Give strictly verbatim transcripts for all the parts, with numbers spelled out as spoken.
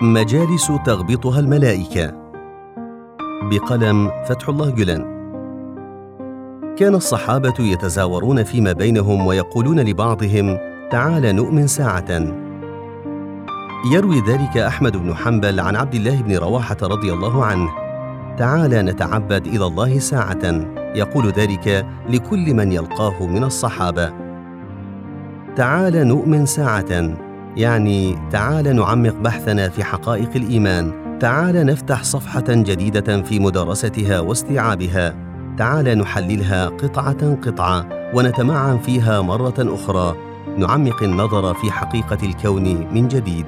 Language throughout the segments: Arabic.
مجالس تغبطها الملائكة، بقلم فتح الله جلان. كان الصحابة يتزاورون فيما بينهم ويقولون لبعضهم: تعال نؤمن ساعة. يروي ذلك أحمد بن حنبل عن عبد الله بن رواحة رضي الله عنه: تعال نتعبد إلى الله ساعة، يقول ذلك لكل من يلقاه من الصحابة. تعال نؤمن ساعة يعني تعال نعمق بحثنا في حقائق الإيمان، تعال نفتح صفحة جديدة في مدارستها واستيعابها، تعال نحللها قطعة قطعة ونتمعن فيها مرة أخرى، نعمق النظر في حقيقة الكون من جديد.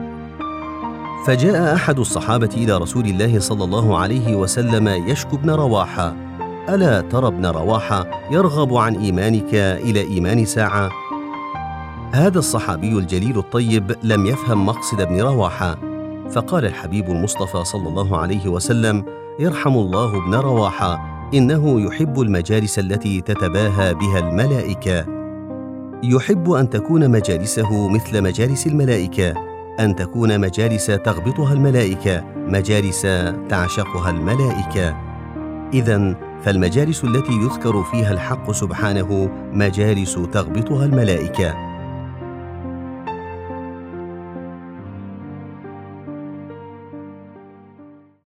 فجاء أحد الصحابة إلى رسول الله صلى الله عليه وسلم يشكو ابن رواحة: ألا ترى ابن رواحة يرغب عن إيمانك إلى إيمان ساعة؟ هذا الصحابي الجليل الطيب لم يفهم مقصد ابن رواحة، فقال الحبيب المصطفى صلى الله عليه وسلم: يرحم الله ابن رواحة، إنه يحب المجالس التي تتباهى بها الملائكة، يحب أن تكون مجالسه مثل مجالس الملائكة، أن تكون مجالس تغبطها الملائكة، مجالس تعشقها الملائكة. إذن فالمجالس التي يذكر فيها الحق سبحانه مجالس تغبطها الملائكة.